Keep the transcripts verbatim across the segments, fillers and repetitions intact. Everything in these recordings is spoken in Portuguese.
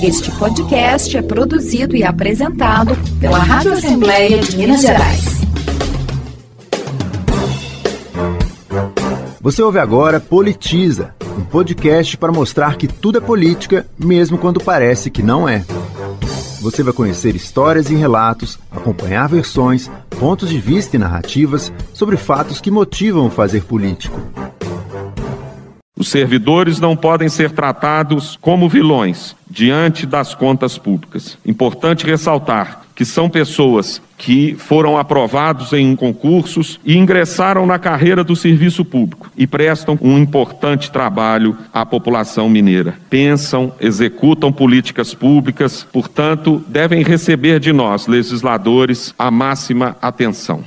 Este podcast é produzido e apresentado pela Rádio Assembleia de Minas Gerais. Você ouve agora Politiza, um podcast para mostrar que tudo é política, mesmo quando parece que não é. Você vai conhecer histórias e relatos, acompanhar versões, pontos de vista e narrativas sobre fatos que motivam o fazer político. Os servidores não podem ser tratados como vilões diante das contas públicas. Importante ressaltar que são pessoas que foram aprovados em concursos e ingressaram na carreira do serviço público e prestam um importante trabalho à população mineira. Pensam, executam políticas públicas, portanto, devem receber de nós, legisladores, a máxima atenção.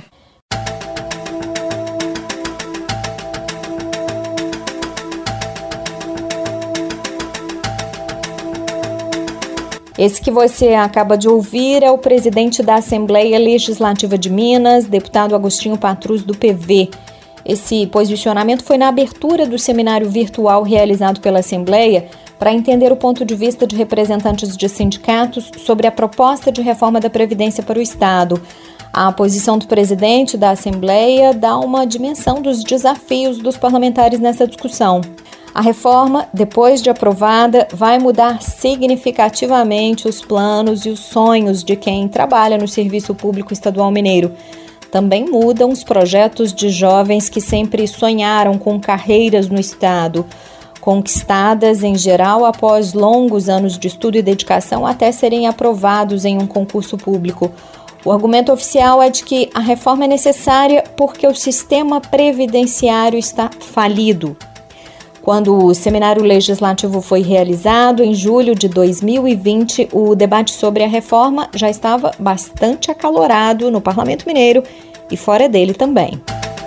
Esse que você acaba de ouvir é o presidente da Assembleia Legislativa de Minas, deputado Agostinho Patrus, do P V. Esse posicionamento foi na abertura do seminário virtual realizado pela Assembleia para entender o ponto de vista de representantes de sindicatos sobre a proposta de reforma da Previdência para o Estado. A posição do presidente da Assembleia dá uma dimensão dos desafios dos parlamentares nessa discussão. A reforma, depois de aprovada, vai mudar significativamente os planos e os sonhos de quem trabalha no Serviço Público Estadual Mineiro. Também mudam os projetos de jovens que sempre sonharam com carreiras no Estado, conquistadas em geral após longos anos de estudo e dedicação até serem aprovados em um concurso público. O argumento oficial é de que a reforma é necessária porque o sistema previdenciário está falido. Quando o seminário legislativo foi realizado, em julho de dois mil e vinte, o debate sobre a reforma já estava bastante acalorado no Parlamento Mineiro e fora dele também.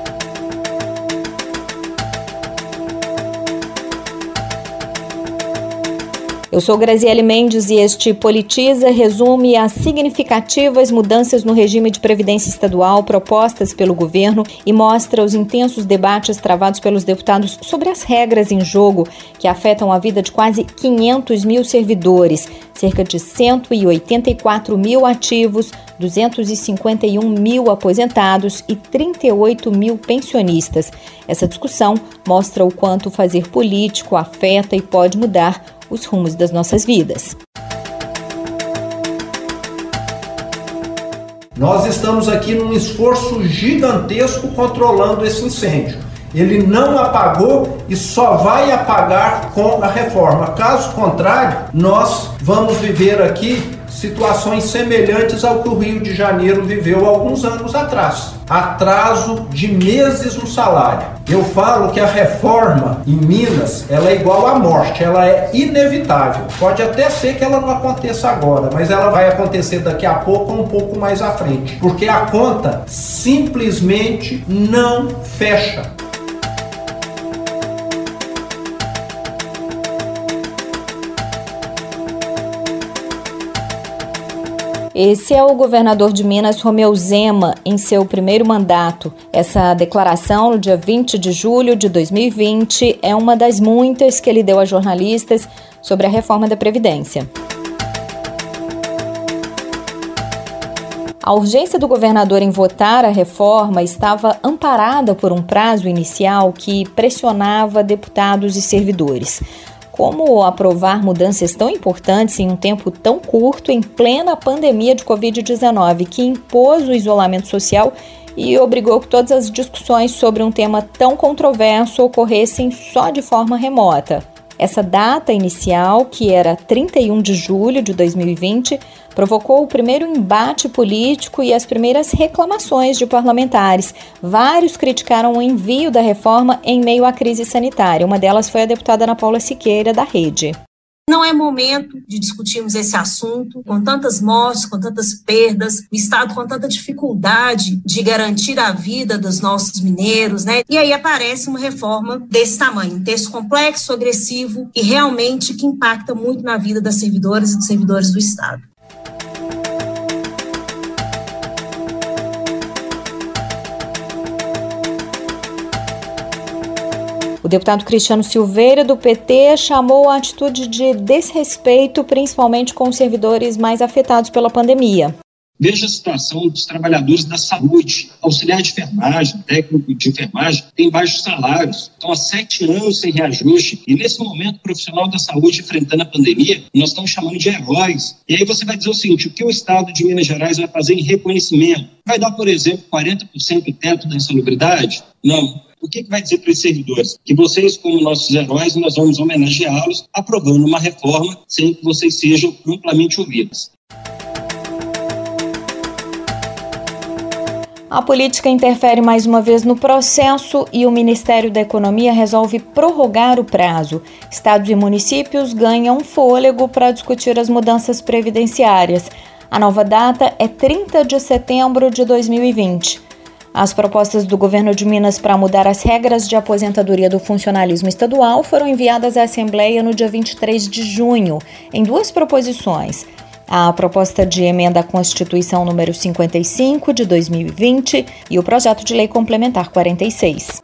Eu sou Graziele Mendes e este Politiza resume as significativas mudanças no regime de previdência estadual propostas pelo governo e mostra os intensos debates travados pelos deputados sobre as regras em jogo que afetam a vida de quase quinhentos mil servidores, cerca de cento e oitenta e quatro mil ativos, duzentos e cinquenta e um mil aposentados e trinta e oito mil pensionistas. Essa discussão mostra o quanto fazer político afeta e pode mudar os rumos das nossas vidas. Nós estamos aqui num esforço gigantesco controlando esse incêndio. Ele não apagou e só vai apagar com a reforma. Caso contrário, nós vamos viver aqui situações semelhantes ao que o Rio de Janeiro viveu alguns anos atrás. Atraso de meses no salário. Eu falo que a reforma em Minas, ela é igual à morte, ela é inevitável. Pode até ser que ela não aconteça agora, mas ela vai acontecer daqui a pouco ou um pouco mais à frente. Porque a conta simplesmente não fecha. Esse é o governador de Minas, Romeu Zema, em seu primeiro mandato. Essa declaração, no dia vinte de julho de dois mil e vinte, é uma das muitas que ele deu a jornalistas sobre a reforma da Previdência. A urgência do governador em votar a reforma estava amparada por um prazo inicial que pressionava deputados e servidores. Como aprovar mudanças tão importantes em um tempo tão curto, em plena pandemia de covid dezenove, que impôs o isolamento social e obrigou que todas as discussões sobre um tema tão controverso ocorressem só de forma remota? Essa data inicial, que era trinta e um de julho de dois mil e vinte, provocou o primeiro embate político e as primeiras reclamações de parlamentares. Vários criticaram o envio da reforma em meio à crise sanitária. Uma delas foi a deputada Ana Paula Siqueira, da Rede. Não é momento de discutirmos esse assunto com tantas mortes, com tantas perdas, o Estado com tanta dificuldade de garantir a vida dos nossos mineiros, né? E aí aparece uma reforma desse tamanho, um texto complexo, agressivo e realmente que impacta muito na vida das servidoras e dos servidores do Estado. O O deputado Cristiano Silveira, do P T, chamou a atitude de desrespeito, principalmente com os servidores mais afetados pela pandemia. Veja a situação dos trabalhadores da saúde, auxiliar de enfermagem, técnico de enfermagem, tem baixos salários, estão há sete anos sem reajuste, e nesse momento o profissional da saúde enfrentando a pandemia, nós estamos chamando de heróis. E aí você vai dizer o seguinte: o que o Estado de Minas Gerais vai fazer em reconhecimento? Vai dar, por exemplo, quarenta por cento do teto da insalubridade? Não. O que, que vai dizer para os servidores? Que vocês, como nossos heróis, nós vamos homenageá-los aprovando uma reforma sem que vocês sejam amplamente ouvidos. A política interfere mais uma vez no processo e o Ministério da Economia resolve prorrogar o prazo. Estados e municípios ganham fôlego para discutir as mudanças previdenciárias. A nova data é trinta de setembro de dois mil e vinte. As propostas do governo de Minas para mudar as regras de aposentadoria do funcionalismo estadual foram enviadas à Assembleia no dia vinte e três de junho, em duas proposições. A proposta de emenda à Constituição número cinquenta e cinco de dois mil e vinte e o projeto de lei complementar quarenta e seis.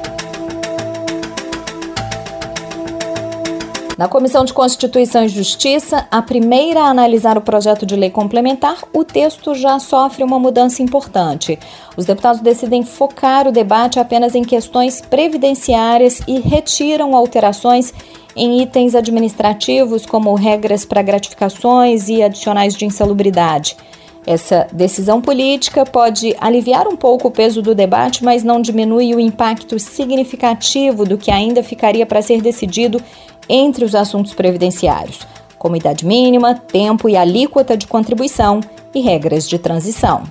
Na Comissão de Constituição e Justiça, a primeira a analisar o projeto de lei complementar, o texto já sofre uma mudança importante. Os deputados decidem focar o debate apenas em questões previdenciárias e retiram alterações em itens administrativos, como regras para gratificações e adicionais de insalubridade. Essa decisão política pode aliviar um pouco o peso do debate, mas não diminui o impacto significativo do que ainda ficaria para ser decidido entre os assuntos previdenciários, como idade mínima, tempo e alíquota de contribuição e regras de transição.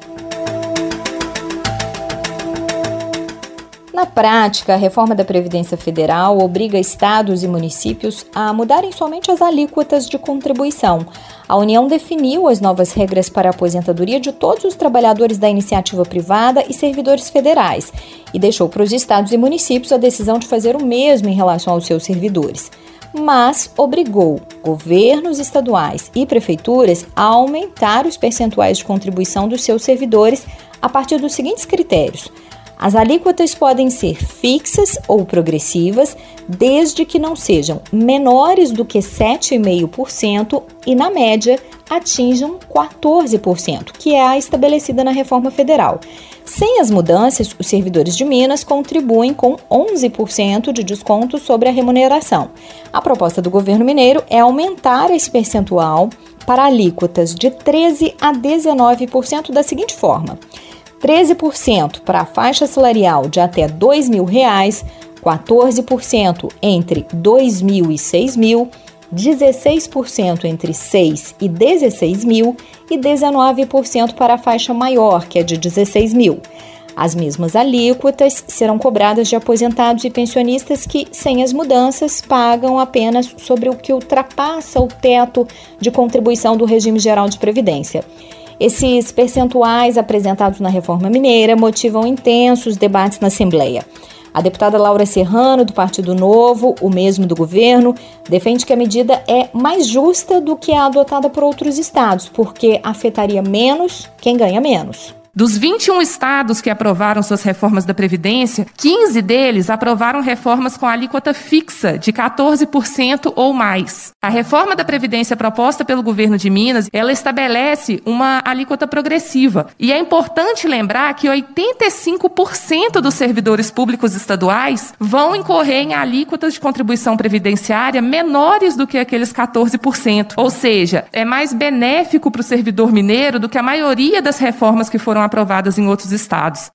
Na prática, a reforma da Previdência Federal obriga estados e municípios a mudarem somente as alíquotas de contribuição. A União definiu as novas regras para a aposentadoria de todos os trabalhadores da iniciativa privada e servidores federais e deixou para os estados e municípios a decisão de fazer o mesmo em relação aos seus servidores. Mas obrigou governos estaduais e prefeituras a aumentar os percentuais de contribuição dos seus servidores a partir dos seguintes critérios. As alíquotas podem ser fixas ou progressivas, desde que não sejam menores do que sete vírgula cinco por cento e, na média, atinjam quatorze por cento, que é a estabelecida na reforma federal. Sem as mudanças, os servidores de Minas contribuem com onze por cento de desconto sobre a remuneração. A proposta do governo mineiro é aumentar esse percentual para alíquotas de treze por cento a dezenove por cento da seguinte forma: treze por cento para a faixa salarial de até dois mil reais, quatorze por cento entre dois mil e seis mil, dezesseis por cento entre seis e dezesseis mil e dezenove por cento para a faixa maior, que é de dezesseis mil. As mesmas alíquotas serão cobradas de aposentados e pensionistas que, sem as mudanças, pagam apenas sobre o que ultrapassa o teto de contribuição do regime geral de previdência. Esses percentuais apresentados na reforma mineira motivam intensos debates na Assembleia. A deputada Laura Serrano, do Partido Novo, o mesmo do governo, defende que a medida é mais justa do que a adotada por outros estados, porque afetaria menos quem ganha menos. Dos vinte e um estados que aprovaram suas reformas da Previdência, quinze deles aprovaram reformas com alíquota fixa de quatorze por cento ou mais. A reforma da Previdência proposta pelo governo de Minas, ela estabelece uma alíquota progressiva. E é importante lembrar que oitenta e cinco por cento dos servidores públicos estaduais vão incorrer em alíquotas de contribuição previdenciária menores do que aqueles quatorze por cento. Ou seja, é mais benéfico para o servidor mineiro do que a maioria das reformas que foram aprovadas em outros estados.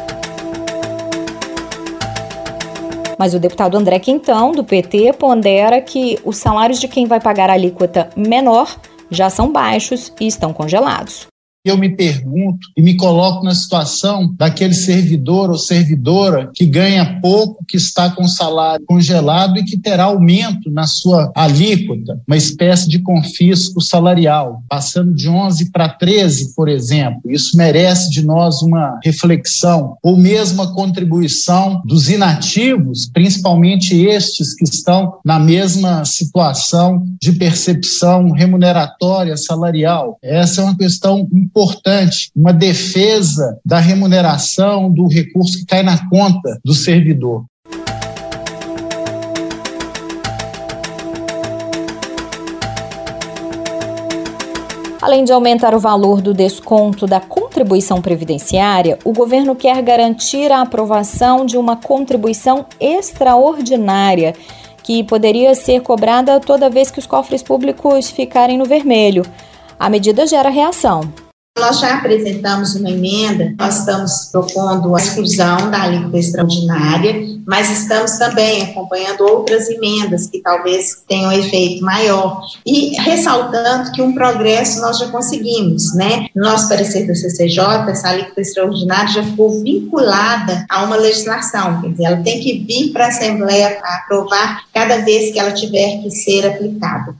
Mas o deputado André Quintão, do P T, pondera que os salários de quem vai pagar a alíquota menor já são baixos e estão congelados. Eu me pergunto e me coloco na situação daquele servidor ou servidora que ganha pouco, que está com salário congelado e que terá aumento na sua alíquota, uma espécie de confisco salarial, passando de onze para treze, por exemplo. Isso merece de nós uma reflexão, ou mesmo a contribuição dos inativos, principalmente estes que estão na mesma situação de percepção remuneratória salarial. Essa é uma questão importante. importante, uma defesa da remuneração do recurso que cai na conta do servidor. Além de aumentar o valor do desconto da contribuição previdenciária, o governo quer garantir a aprovação de uma contribuição extraordinária, que poderia ser cobrada toda vez que os cofres públicos ficarem no vermelho. A medida gera reação. Nós já apresentamos uma emenda, nós estamos propondo a exclusão da alíquota extraordinária, mas estamos também acompanhando outras emendas que talvez tenham efeito maior. E ressaltando que um progresso nós já conseguimos, né? No nosso parecer da C C J, essa alíquota extraordinária já ficou vinculada a uma legislação, quer dizer, ela tem que vir para a Assembleia para aprovar cada vez que ela tiver que ser aplicada.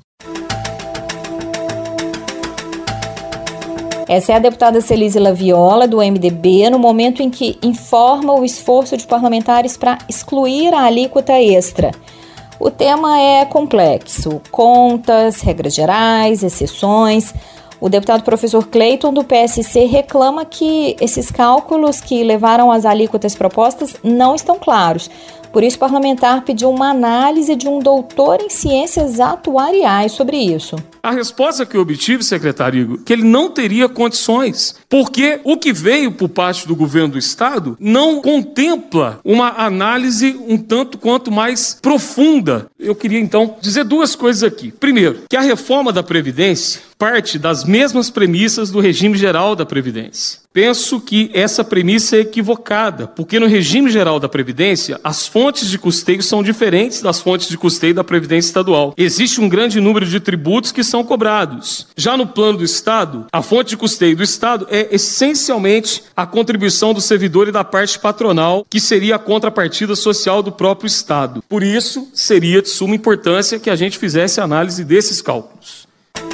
Essa é a deputada Celise Laviola, do M D B, no momento em que informa o esforço de parlamentares para excluir a alíquota extra. O tema é complexo: contas, regras gerais, exceções. O deputado professor Cleiton, do P S C, reclama que esses cálculos que levaram às alíquotas propostas não estão claros. Por isso, o parlamentar pediu uma análise de um doutor em ciências atuariais sobre isso. A resposta que eu obtive, secretário Igor, que ele não teria condições, porque o que veio por parte do governo do Estado não contempla uma análise um tanto quanto mais profunda. Eu queria, então, dizer duas coisas aqui. Primeiro, que a reforma da Previdência parte das mesmas premissas do regime geral da Previdência. Penso que essa premissa é equivocada, porque no regime geral da Previdência, as fontes de custeio são diferentes das fontes de custeio da Previdência Estadual. Existe um grande número de tributos que são cobrados. Já no plano do Estado, a fonte de custeio do Estado é essencialmente a contribuição do servidor e da parte patronal, que seria a contrapartida social do próprio Estado. Por isso, seria de suma importância que a gente fizesse a análise desses cálculos.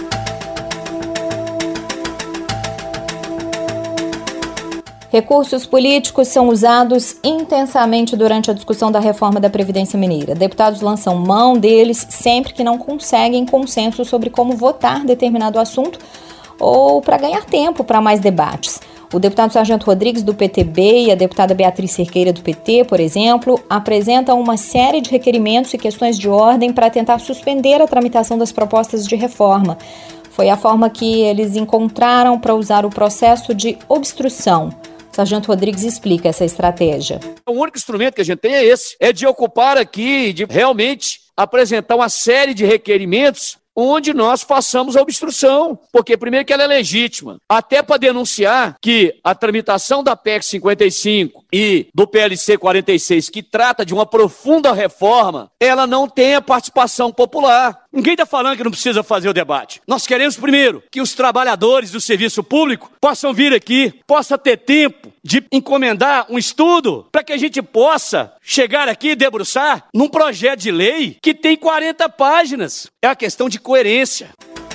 Recursos políticos são usados intensamente durante a discussão da reforma da Previdência Mineira. Deputados lançam mão deles sempre que não conseguem consenso sobre como votar determinado assunto ou para ganhar tempo para mais debates. O deputado Sargento Rodrigues, do P T B, e a deputada Beatriz Cerqueira, do P T, por exemplo, apresentam uma série de requerimentos e questões de ordem para tentar suspender a tramitação das propostas de reforma. Foi a forma que eles encontraram para usar o processo de obstrução. Sargento Rodrigues explica essa estratégia. O único instrumento que a gente tem é esse, é de ocupar aqui, de realmente apresentar uma série de requerimentos onde nós façamos a obstrução, porque primeiro que ela é legítima, até para denunciar que a tramitação da P E C cinquenta e cinco e do P L C quarenta e seis, que trata de uma profunda reforma, ela não tem a participação popular. Ninguém está falando que não precisa fazer o debate. Nós queremos, primeiro, que os trabalhadores do serviço público possam vir aqui, possam ter tempo de encomendar um estudo para que a gente possa chegar aqui e debruçar num projeto de lei que tem quarenta páginas. É uma questão de coerência.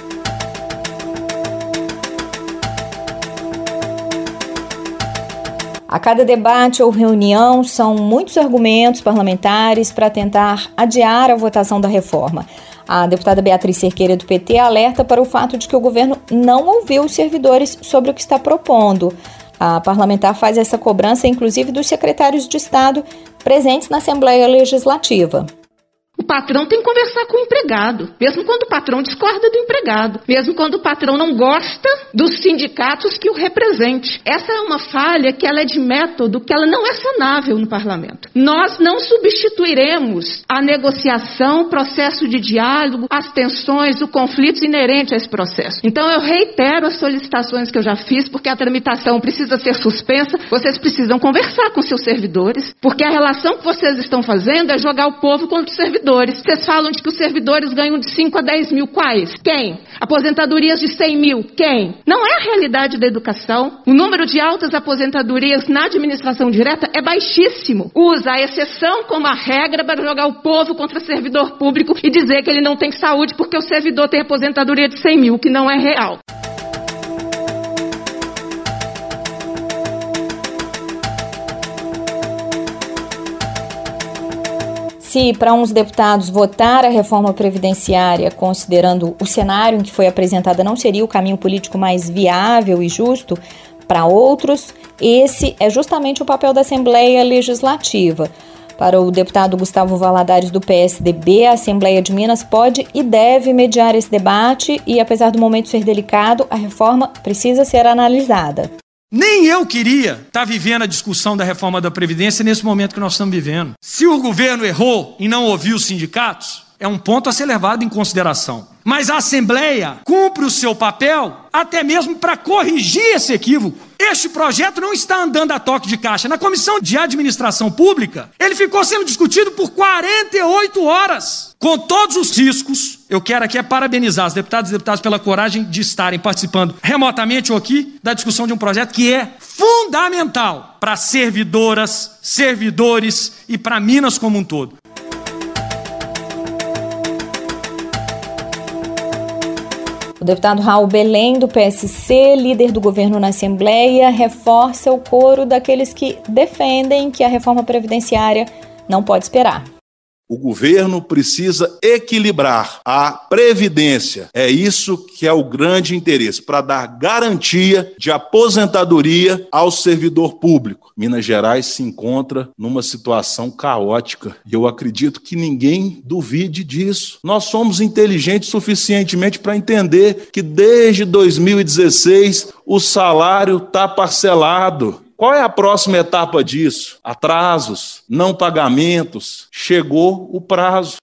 A cada debate ou reunião, são muitos argumentos parlamentares para tentar adiar a votação da reforma. A deputada Beatriz Cerqueira, do P T, alerta para o fato de que o governo não ouviu os servidores sobre o que está propondo. A parlamentar faz essa cobrança, inclusive, dos secretários de Estado presentes na Assembleia Legislativa. O patrão tem que conversar com o empregado, mesmo quando o patrão discorda do empregado, mesmo quando o patrão não gosta dos sindicatos que o represente. Essa é uma falha que ela é de método, que ela não é sanável no parlamento. Nós não substituiremos a negociação, o processo de diálogo, as tensões, o conflito inerente a esse processo. Então eu reitero as solicitações que eu já fiz, porque a tramitação precisa ser suspensa, vocês precisam conversar com seus servidores, porque a relação que vocês estão fazendo é jogar o povo contra os servidores. Vocês falam de que os servidores ganham de cinco a dez mil. Quais? Quem? Aposentadorias de cem mil. Quem? Não é a realidade da educação. O número de altas aposentadorias na administração direta é baixíssimo. Usa a exceção como a regra para jogar o povo contra o servidor público e dizer que ele não tem saúde porque o servidor tem aposentadoria de cem mil, que não é real. Se para uns deputados votar a reforma previdenciária, considerando o cenário em que foi apresentada, não seria o caminho político mais viável e justo, para outros, esse é justamente o papel da Assembleia Legislativa. Para o deputado Gustavo Valadares, do P S D B, a Assembleia de Minas pode e deve mediar esse debate e, apesar do momento ser delicado, a reforma precisa ser analisada. Nem eu queria estar vivendo a discussão da reforma da Previdência nesse momento que nós estamos vivendo. Se o governo errou em não ouvir os sindicatos, é um ponto a ser levado em consideração. Mas a Assembleia cumpre o seu papel até mesmo para corrigir esse equívoco. Este projeto não está andando a toque de caixa. Na Comissão de Administração Pública, ele ficou sendo discutido por quarenta e oito horas. Com todos os riscos, eu quero aqui é parabenizar os deputados e deputadas pela coragem de estarem participando remotamente ou aqui da discussão de um projeto que é fundamental para servidoras, servidores e para Minas como um todo. O deputado Raul Belém, do P S C, líder do governo na Assembleia, reforça o coro daqueles que defendem que a reforma previdenciária não pode esperar. O governo precisa equilibrar a previdência. É isso que é o grande interesse, para dar garantia de aposentadoria ao servidor público. Minas Gerais se encontra numa situação caótica e eu acredito que ninguém duvide disso. Nós somos inteligentes suficientemente para entender que desde dois mil e dezesseis o salário está parcelado. Qual é a próxima etapa disso? Atrasos, não pagamentos, chegou o prazo.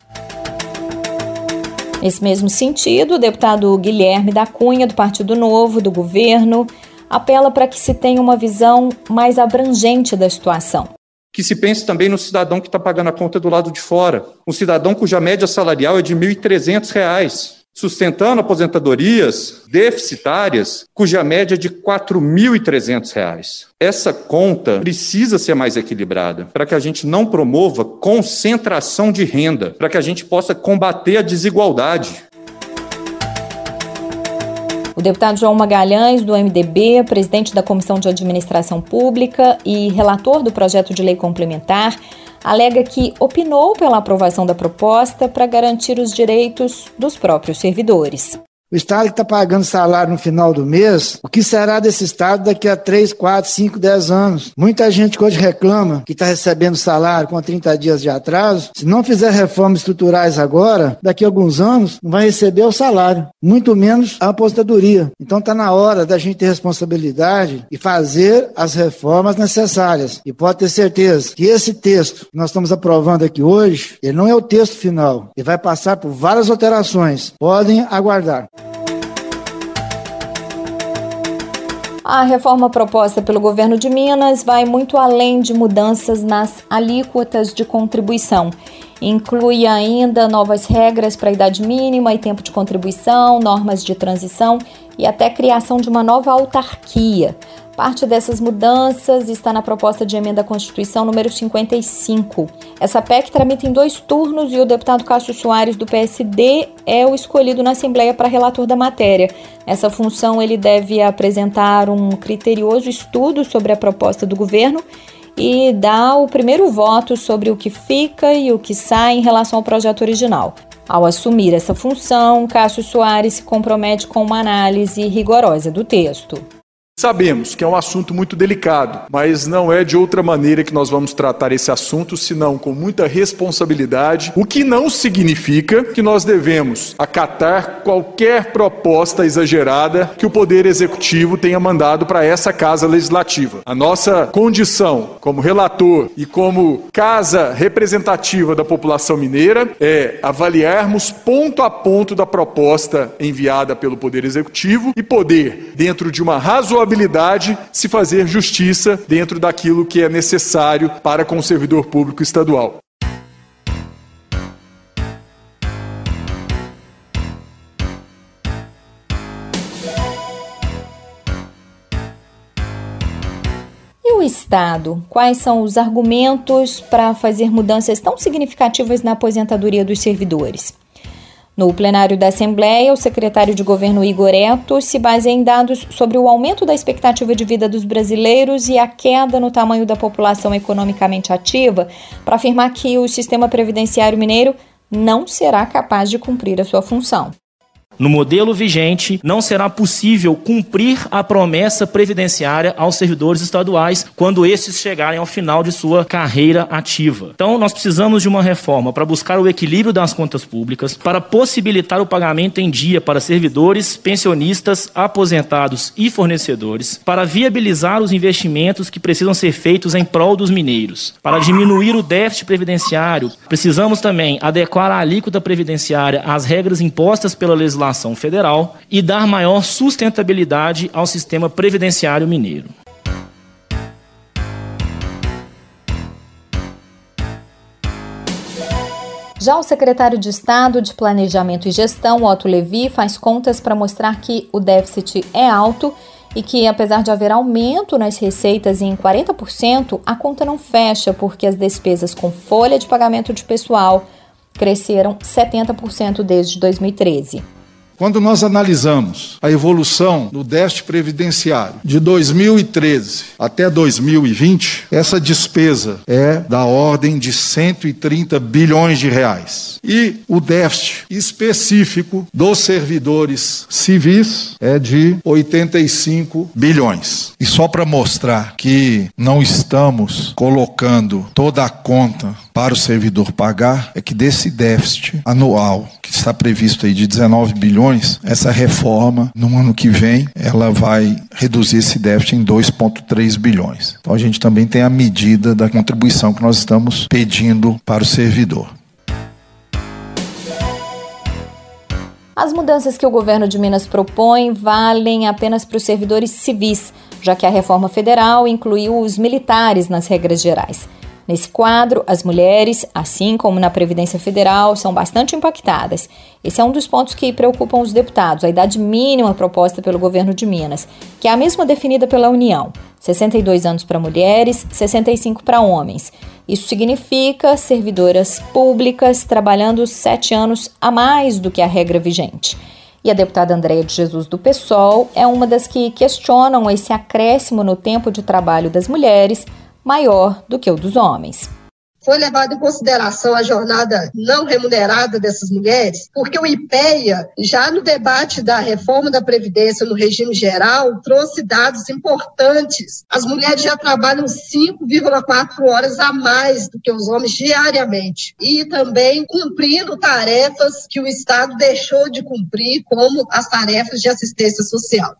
Nesse mesmo sentido, o deputado Guilherme da Cunha, do Partido Novo, do governo, apela para que se tenha uma visão mais abrangente da situação. Que se pense também no cidadão que está pagando a conta do lado de fora. Um cidadão cuja média salarial é de mil e trezentos reais. Sustentando aposentadorias deficitárias, cuja média é de quatro mil e trezentos reais. Essa conta precisa ser mais equilibrada, para que a gente não promova concentração de renda, para que a gente possa combater a desigualdade. O deputado João Magalhães, do M D B, presidente da Comissão de Administração Pública e relator do projeto de lei complementar, alega que opinou pela aprovação da proposta para garantir os direitos dos próprios servidores. O Estado que está pagando salário no final do mês, o que será desse Estado daqui a três, quatro, cinco, dez anos? Muita gente que hoje reclama que está recebendo salário com trinta dias de atraso. Se não fizer reformas estruturais agora, daqui a alguns anos, não vai receber o salário, muito menos a aposentadoria. Então está na hora da gente ter responsabilidade e fazer as reformas necessárias. E pode ter certeza que esse texto que nós estamos aprovando aqui hoje, ele não é o texto final. Ele vai passar por várias alterações. Podem aguardar. A reforma proposta pelo governo de Minas vai muito além de mudanças nas alíquotas de contribuição. Inclui ainda novas regras para a idade mínima e tempo de contribuição, normas de transição e até criação de uma nova autarquia. Parte dessas mudanças está na proposta de emenda à Constituição número cinquenta e cinco. Essa P E C tramita em dois turnos e o deputado Cássio Soares, do P S D, é o escolhido na Assembleia para relator da matéria. Nessa função, ele deve apresentar um criterioso estudo sobre a proposta do governo e dar o primeiro voto sobre o que fica e o que sai em relação ao projeto original. Ao assumir essa função, Cássio Soares se compromete com uma análise rigorosa do texto. Sabemos que é um assunto muito delicado, mas não é de outra maneira que nós vamos tratar esse assunto, senão com muita responsabilidade, o que não significa que nós devemos acatar qualquer proposta exagerada que o Poder Executivo tenha mandado para essa Casa Legislativa. A nossa condição como relator e como casa representativa da população mineira é avaliarmos ponto a ponto da proposta enviada pelo Poder Executivo e poder, dentro de uma razoabilidade, se fazer justiça dentro daquilo que é necessário para com o servidor público estadual. E o Estado? Quais são os argumentos para fazer mudanças tão significativas na aposentadoria dos servidores? No plenário da Assembleia, o secretário de Governo Igor Eto se baseia em dados sobre o aumento da expectativa de vida dos brasileiros e a queda no tamanho da população economicamente ativa para afirmar que o sistema previdenciário mineiro não será capaz de cumprir a sua função. No modelo vigente, não será possível cumprir a promessa previdenciária aos servidores estaduais quando esses chegarem ao final de sua carreira ativa. Então, nós precisamos de uma reforma para buscar o equilíbrio das contas públicas, para possibilitar o pagamento em dia para servidores, pensionistas, aposentados e fornecedores, para viabilizar os investimentos que precisam ser feitos em prol dos mineiros, para diminuir o déficit previdenciário. Precisamos também adequar a alíquota previdenciária às regras impostas pela legislação federal e dar maior sustentabilidade ao sistema previdenciário mineiro. Já o secretário de Estado de Planejamento e Gestão, Otto Levi, faz contas para mostrar que o déficit é alto e que, apesar de haver aumento nas receitas em quarenta por cento, a conta não fecha porque as despesas com folha de pagamento de pessoal cresceram setenta por cento desde dois mil e treze. Quando nós analisamos a evolução do déficit previdenciário de dois mil e treze até dois mil e vinte, essa despesa é da ordem de cento e trinta bilhões de reais. E o déficit específico dos servidores civis é de oitenta e cinco bilhões. E só para mostrar que não estamos colocando toda a conta para o servidor pagar, é que desse déficit anual, que está previsto aí de dezenove bilhões, essa reforma, no ano que vem, ela vai reduzir esse déficit em dois vírgula três bilhões. Então a gente também tem a medida da contribuição que nós estamos pedindo para o servidor. As mudanças que o governo de Minas propõe valem apenas para os servidores civis, já que a reforma federal incluiu os militares nas regras gerais. Nesse quadro, as mulheres, assim como na Previdência Federal, são bastante impactadas. Esse é um dos pontos que preocupam os deputados, a idade mínima proposta pelo governo de Minas, que é a mesma definida pela União, sessenta e dois anos para mulheres, sessenta e cinco para homens. Isso significa servidoras públicas trabalhando sete anos a mais do que a regra vigente. E a deputada Andréia de Jesus, do PSOL, é uma das que questionam esse acréscimo no tempo de trabalho das mulheres, maior do que o dos homens. Foi levado em consideração a jornada não remunerada dessas mulheres, porque o IPEA, já no debate da reforma da Previdência no regime geral, trouxe dados importantes. As mulheres já trabalham cinco vírgula quatro horas a mais do que os homens diariamente. E também cumprindo tarefas que o Estado deixou de cumprir, como as tarefas de assistência social.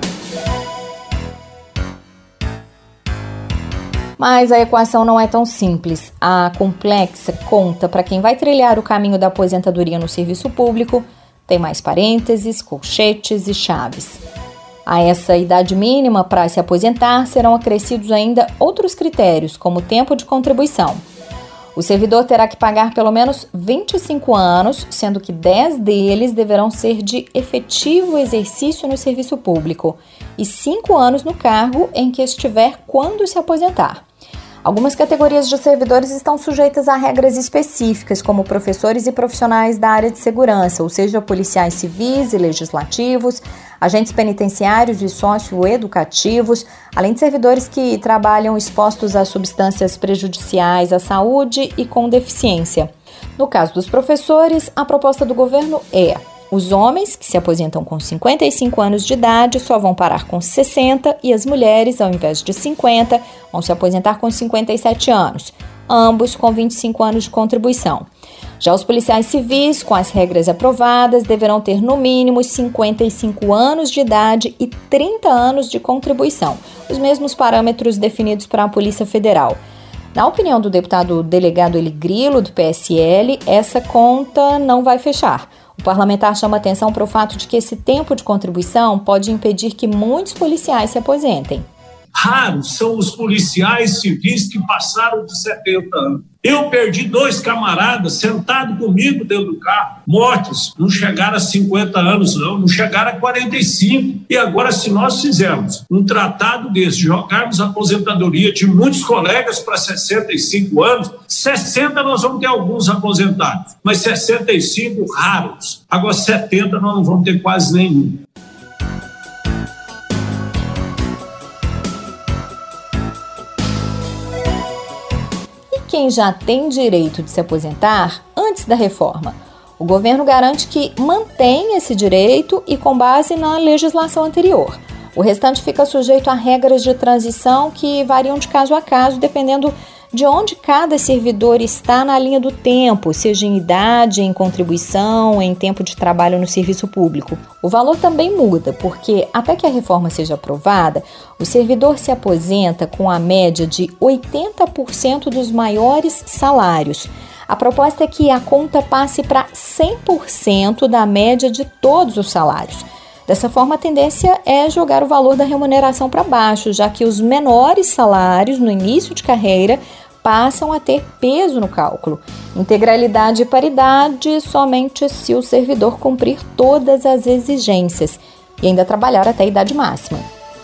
Mas a equação não é tão simples. A complexa conta para quem vai trilhar o caminho da aposentadoria no serviço público tem mais parênteses, colchetes e chaves. A essa idade mínima para se aposentar serão acrescidos ainda outros critérios, como o tempo de contribuição. O servidor terá que pagar pelo menos vinte e cinco anos, sendo que dez deles deverão ser de efetivo exercício no serviço público e cinco anos no cargo em que estiver quando se aposentar. Algumas categorias de servidores estão sujeitas a regras específicas, como professores e profissionais da área de segurança, ou seja, policiais civis e legislativos, agentes penitenciários e socioeducativos, além de servidores que trabalham expostos a substâncias prejudiciais à saúde e com deficiência. No caso dos professores, a proposta do governo é: os homens, que se aposentam com cinquenta e cinco anos de idade, só vão parar com sessenta e as mulheres, ao invés de cinquenta, vão se aposentar com cinquenta e sete anos, ambos com vinte e cinco anos de contribuição. Já os policiais civis, com as regras aprovadas, deverão ter no mínimo cinquenta e cinco anos de idade e trinta anos de contribuição, os mesmos parâmetros definidos para a Polícia Federal. Na opinião do deputado delegado Eli Grilo, do P S L, essa conta não vai fechar. O parlamentar chama atenção para o fato de que esse tempo de contribuição pode impedir que muitos policiais se aposentem. Raros são os policiais civis que passaram de setenta anos. Eu perdi dois camaradas sentados comigo dentro do carro, mortos. Não chegaram a cinquenta anos, não, não chegaram a quarenta e cinco. E agora, se nós fizermos um tratado desse, jogarmos a aposentadoria de muitos colegas para sessenta e cinco anos, sessenta nós vamos ter alguns aposentados, mas sessenta e cinco raros. Agora, setenta nós não vamos ter quase nenhum. Quem já tem direito de se aposentar antes da reforma? O governo garante que mantém esse direito e com base na legislação anterior. O restante fica sujeito a regras de transição que variam de caso a caso, dependendo de onde cada servidor está na linha do tempo, seja em idade, em contribuição, em tempo de trabalho no serviço público. O valor também muda, porque até que a reforma seja aprovada, o servidor se aposenta com a média de oitenta por cento dos maiores salários. A proposta é que a conta passe para cem por cento da média de todos os salários. Dessa forma, a tendência é jogar o valor da remuneração para baixo, já que os menores salários no início de carreira passam a ter peso no cálculo. Integralidade e paridade somente se o servidor cumprir todas as exigências e ainda trabalhar até a idade máxima.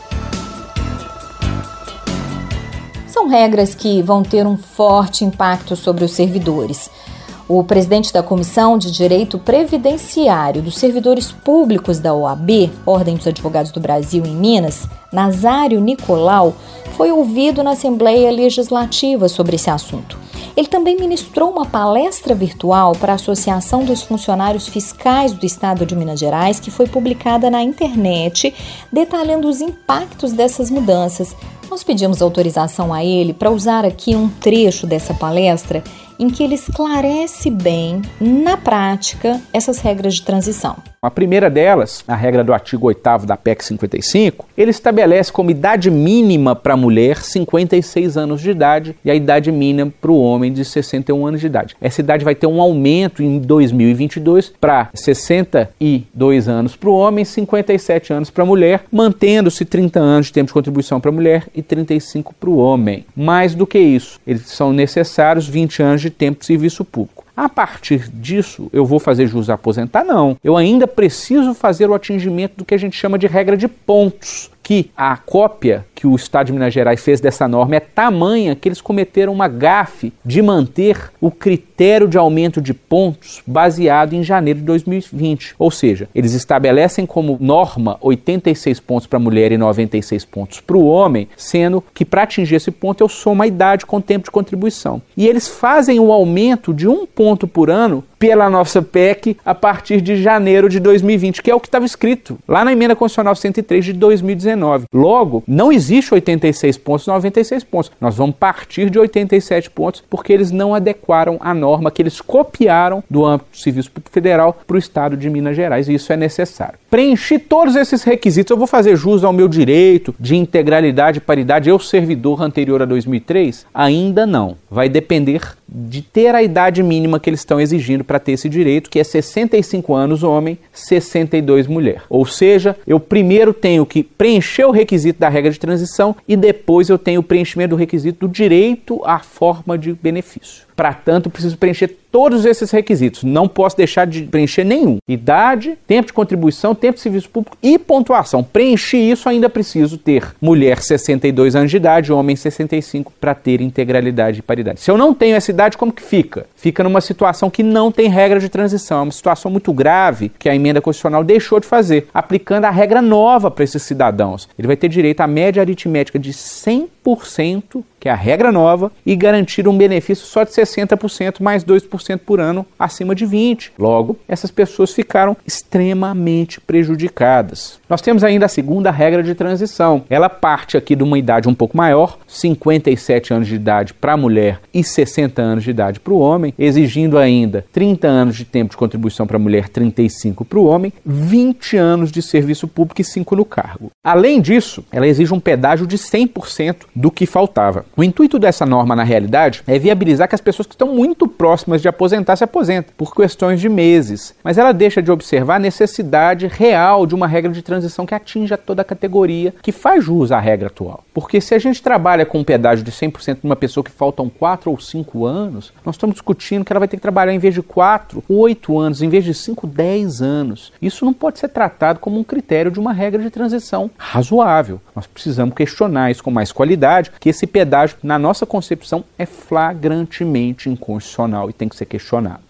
São regras que vão ter um forte impacto sobre os servidores. O presidente da Comissão de Direito Previdenciário dos Servidores Públicos da O A B, Ordem dos Advogados do Brasil em Minas, Nazário Nicolau, foi ouvido na Assembleia Legislativa sobre esse assunto. Ele também ministrou uma palestra virtual para a Associação dos Funcionários Fiscais do Estado de Minas Gerais, que foi publicada na internet, detalhando os impactos dessas mudanças. Nós pedimos autorização a ele para usar aqui um trecho dessa palestra em que ele esclarece bem, na prática, essas regras de transição. A primeira delas, a regra do artigo oitavo da P E C cinquenta e cinco, ele estabelece como idade mínima para a mulher cinquenta e seis anos de idade e a idade mínima para o homem de sessenta e um anos de idade. Essa idade vai ter um aumento em dois mil e vinte e dois para sessenta e dois anos para o homem e cinquenta e sete anos para a mulher, mantendo-se trinta anos de tempo de contribuição para a mulher e trinta e cinco para o homem. Mais do que isso, eles são necessários vinte anos de tempo de serviço público. A partir disso, eu vou fazer jus a aposentar? Não. Eu ainda preciso fazer o atingimento do que a gente chama de regra de pontos, que a cópia que o Estado de Minas Gerais fez dessa norma é tamanha que eles cometeram uma gafe de manter o critério de aumento de pontos baseado em janeiro de dois mil e vinte. Ou seja, eles estabelecem como norma oitenta e seis pontos para a mulher e noventa e seis pontos para o homem, sendo que para atingir esse ponto eu somo a idade com o tempo de contribuição. E eles fazem o aumento de um ponto por ano pela nossa P E C a partir de janeiro de dois mil e vinte, que é o que estava escrito lá na Emenda Constitucional cento e três de dois mil e dezenove. Logo, não existe oitenta e seis pontos, noventa e seis pontos. Nós vamos partir de oitenta e sete pontos porque eles não adequaram a norma que eles copiaram do âmbito do Serviço Público Federal para o Estado de Minas Gerais, e isso é necessário. Preenchi todos esses requisitos, eu vou fazer jus ao meu direito de integralidade e paridade, eu servidor anterior a dois mil e três? Ainda não. Vai depender de ter a idade mínima que eles estão exigindo para ter esse direito, que é sessenta e cinco anos homem, sessenta e dois mulher. Ou seja, eu primeiro tenho que preencher o requisito da regra de transição e depois eu tenho o preenchimento do requisito do direito à forma de benefício. Para tanto, preciso preencher todos esses requisitos. Não posso deixar de preencher nenhum. Idade, tempo de contribuição, tempo de serviço público e pontuação. Preenchi isso, ainda preciso ter mulher sessenta e dois anos de idade, homem sessenta e cinco, para ter integralidade e paridade. Se eu não tenho essa idade, como que fica? Fica numa situação que não tem regra de transição. É uma situação muito grave que a emenda constitucional deixou de fazer, aplicando a regra nova para esses cidadãos. Ele vai ter direito à média aritmética de cem por cento, que é a regra nova, e garantir um benefício só de sessenta por cento mais dois por cento por ano acima de vinte por cento. Logo, essas pessoas ficaram extremamente prejudicadas. Nós temos ainda a segunda regra de transição. Ela parte aqui de uma idade um pouco maior, cinquenta e sete anos de idade para a mulher e sessenta anos de idade para o homem, exigindo ainda trinta anos de tempo de contribuição para a mulher, trinta e cinco para o homem, vinte anos de serviço público e cinco no cargo. Além disso, ela exige um pedágio de cem por cento do que faltava. O intuito dessa norma, na realidade, é viabilizar que as pessoas que estão muito próximas de aposentar se aposentem, por questões de meses. Mas ela deixa de observar a necessidade real de uma regra de transição que atinja toda a categoria, que faz jus à regra atual. Porque se a gente trabalha com um pedágio de cem por cento de uma pessoa que faltam quatro ou cinco anos, nós estamos discutindo que ela vai ter que trabalhar em vez de quatro, oito anos, em vez de cinco, dez anos. Isso não pode ser tratado como um critério de uma regra de transição razoável. Nós precisamos questionar isso com mais qualidade, que esse pedágio, na nossa concepção, é flagrantemente inconstitucional e tem que ser questionado.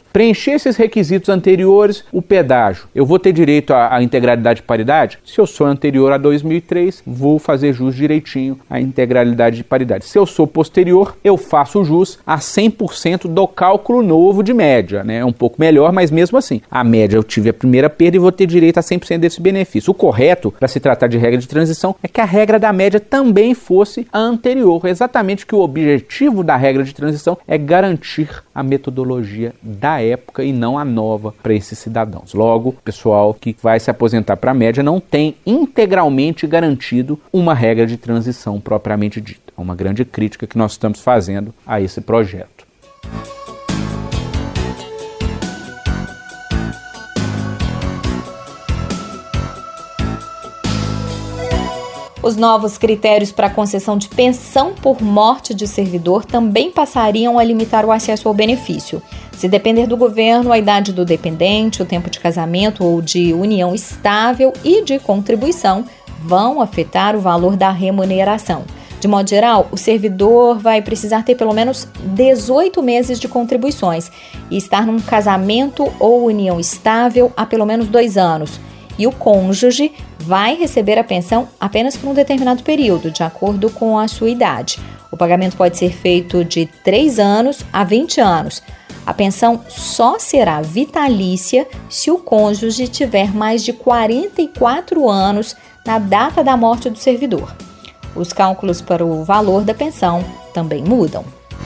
Preencher esses requisitos anteriores, o pedágio. Eu vou ter direito à, à integralidade de paridade? Se eu sou anterior a dois mil e três, vou fazer jus direitinho à integralidade de paridade. Se eu sou posterior, eu faço jus a cem por cento do cálculo novo de média, né? É um pouco melhor, mas mesmo assim, a média eu tive a primeira perda e vou ter direito a cem por cento desse benefício. O correto, para se tratar de regra de transição, é que a regra da média também fosse a anterior. Exatamente que o objetivo da regra de transição é garantir a metodologia da época e não a nova para esses cidadãos. Logo, o pessoal que vai se aposentar para a média não tem integralmente garantido uma regra de transição propriamente dita. É uma grande crítica que nós estamos fazendo a esse projeto. Os novos critérios para a concessão de pensão por morte de servidor também passariam a limitar o acesso ao benefício. Se depender do governo, a idade do dependente, o tempo de casamento ou de união estável e de contribuição vão afetar o valor da remuneração. De modo geral, o servidor vai precisar ter pelo menos dezoito meses de contribuições e estar num casamento ou união estável há pelo menos dois anos. E o cônjuge vai receber a pensão apenas por um determinado período, de acordo com a sua idade. O pagamento pode ser feito de três anos a vinte anos. A pensão só será vitalícia se o cônjuge tiver mais de quarenta e quatro anos na data da morte do servidor. Os cálculos para o valor da pensão também mudam.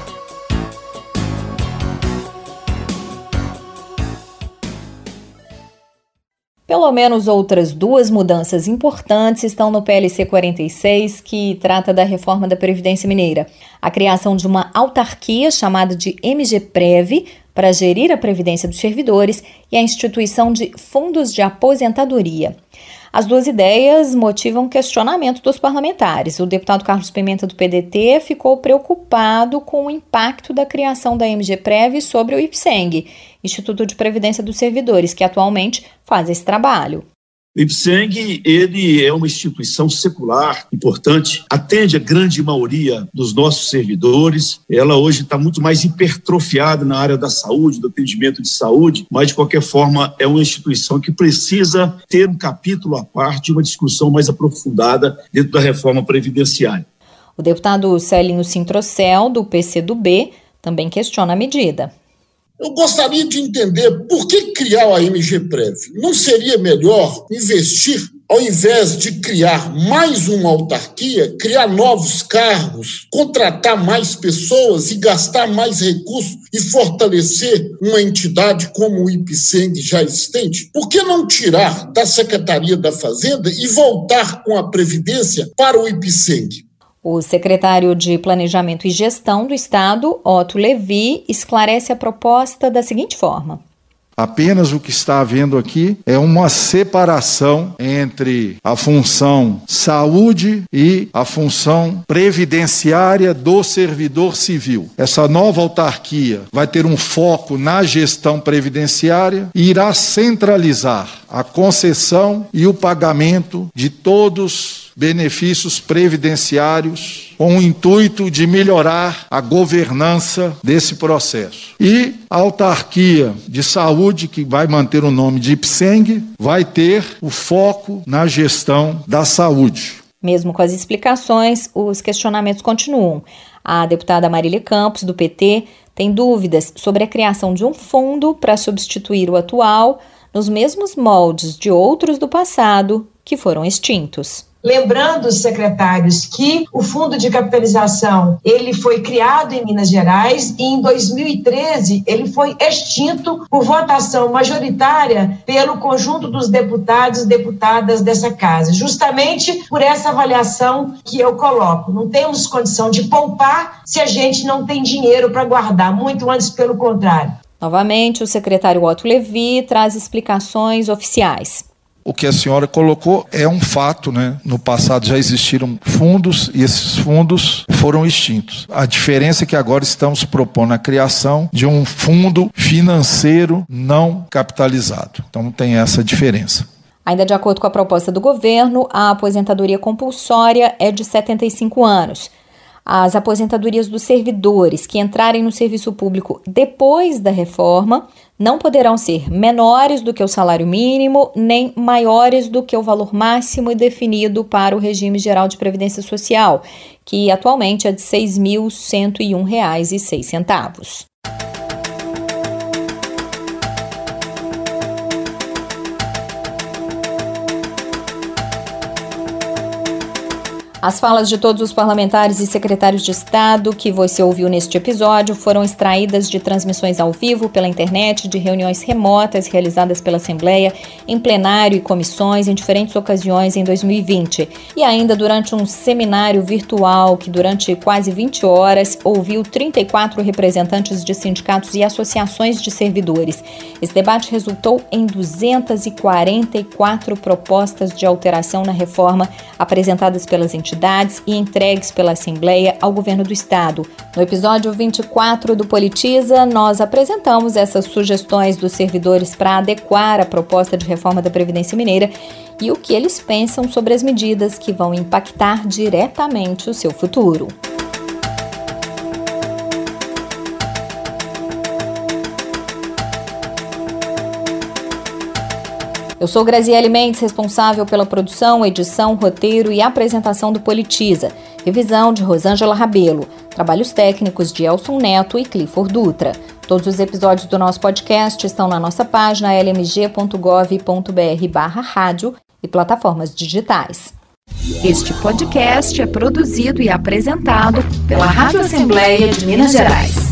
Pelo menos outras duas mudanças importantes estão no P L C quarenta e seis, que trata da reforma da Previdência Mineira. A criação de uma autarquia chamada de MGPrev para gerir a previdência dos servidores e a instituição de fundos de aposentadoria. As duas ideias motivam questionamento dos parlamentares. O deputado Carlos Pimenta, do P D T, ficou preocupado com o impacto da criação da MGPrev sobre o IPSENG, Instituto de Previdência dos Servidores, que atualmente faz esse trabalho. O IPSENG, ele é uma instituição secular importante, atende a grande maioria dos nossos servidores. Ela hoje está muito mais hipertrofiada na área da saúde, do atendimento de saúde, mas de qualquer forma é uma instituição que precisa ter um capítulo à parte, uma discussão mais aprofundada dentro da reforma previdenciária. O deputado Celinho Sintrocel, do P C do B, também questiona a medida. Eu gostaria de entender por que criar a MGPrev. Não seria melhor investir, ao invés de criar mais uma autarquia, criar novos cargos, contratar mais pessoas e gastar mais recursos e fortalecer uma entidade como o IPSENG já existente? Por que não tirar da Secretaria da Fazenda e voltar com a Previdência para o IPSENG? O secretário de Planejamento e Gestão do Estado, Otto Levi, esclarece a proposta da seguinte forma. Apenas o que está havendo aqui é uma separação entre a função saúde e a função previdenciária do servidor civil. Essa nova autarquia vai ter um foco na gestão previdenciária e irá centralizar a concessão e o pagamento de todos benefícios previdenciários com o intuito de melhorar a governança desse processo. E a autarquia de saúde, que vai manter o nome de IPSENG, vai ter o foco na gestão da saúde. Mesmo com as explicações, os questionamentos continuam. A deputada Marília Campos, do P T, tem dúvidas sobre a criação de um fundo para substituir o atual nos mesmos moldes de outros do passado que foram extintos. Lembrando os secretários que o Fundo de Capitalização ele foi criado em Minas Gerais e em dois mil e treze ele foi extinto por votação majoritária pelo conjunto dos deputados e deputadas dessa casa, justamente por essa avaliação que eu coloco. Não temos condição de poupar se a gente não tem dinheiro para guardar, muito antes pelo contrário. Novamente, o secretário Otto Levi traz explicações oficiais. O que a senhora colocou é um fato, né? No passado já existiram fundos e esses fundos foram extintos. A diferença é que agora estamos propondo a criação de um fundo financeiro não capitalizado. Então tem essa diferença. Ainda de acordo com a proposta do governo, a aposentadoria compulsória é de setenta e cinco anos. As aposentadorias dos servidores que entrarem no serviço público depois da reforma não poderão ser menores do que o salário mínimo, nem maiores do que o valor máximo definido para o regime geral de previdência social, que atualmente é de seis mil cento e um reais e seis centavos. As falas de todos os parlamentares e secretários de Estado que você ouviu neste episódio foram extraídas de transmissões ao vivo pela internet, de reuniões remotas realizadas pela Assembleia, em plenário e comissões em diferentes ocasiões em dois mil e vinte. E ainda durante um seminário virtual que, durante quase vinte horas, ouviu trinta e quatro representantes de sindicatos e associações de servidores. Esse debate resultou em duzentas e quarenta e quatro propostas de alteração na reforma apresentadas pelas entidades e entregues pela Assembleia ao Governo do Estado. No episódio vinte e quatro do Politiza, nós apresentamos essas sugestões dos servidores para adequar a proposta de reforma da Previdência Mineira e o que eles pensam sobre as medidas que vão impactar diretamente o seu futuro. Eu sou Graziele Mendes, responsável pela produção, edição, roteiro e apresentação do Politiza. Revisão de Rosângela Rabelo. Trabalhos técnicos de Elson Neto e Clifford Dutra. Todos os episódios do nosso podcast estão na nossa página l m g ponto gov ponto b r barra rádio e plataformas digitais. Este podcast é produzido e apresentado pela Rádio Assembleia de Minas Gerais.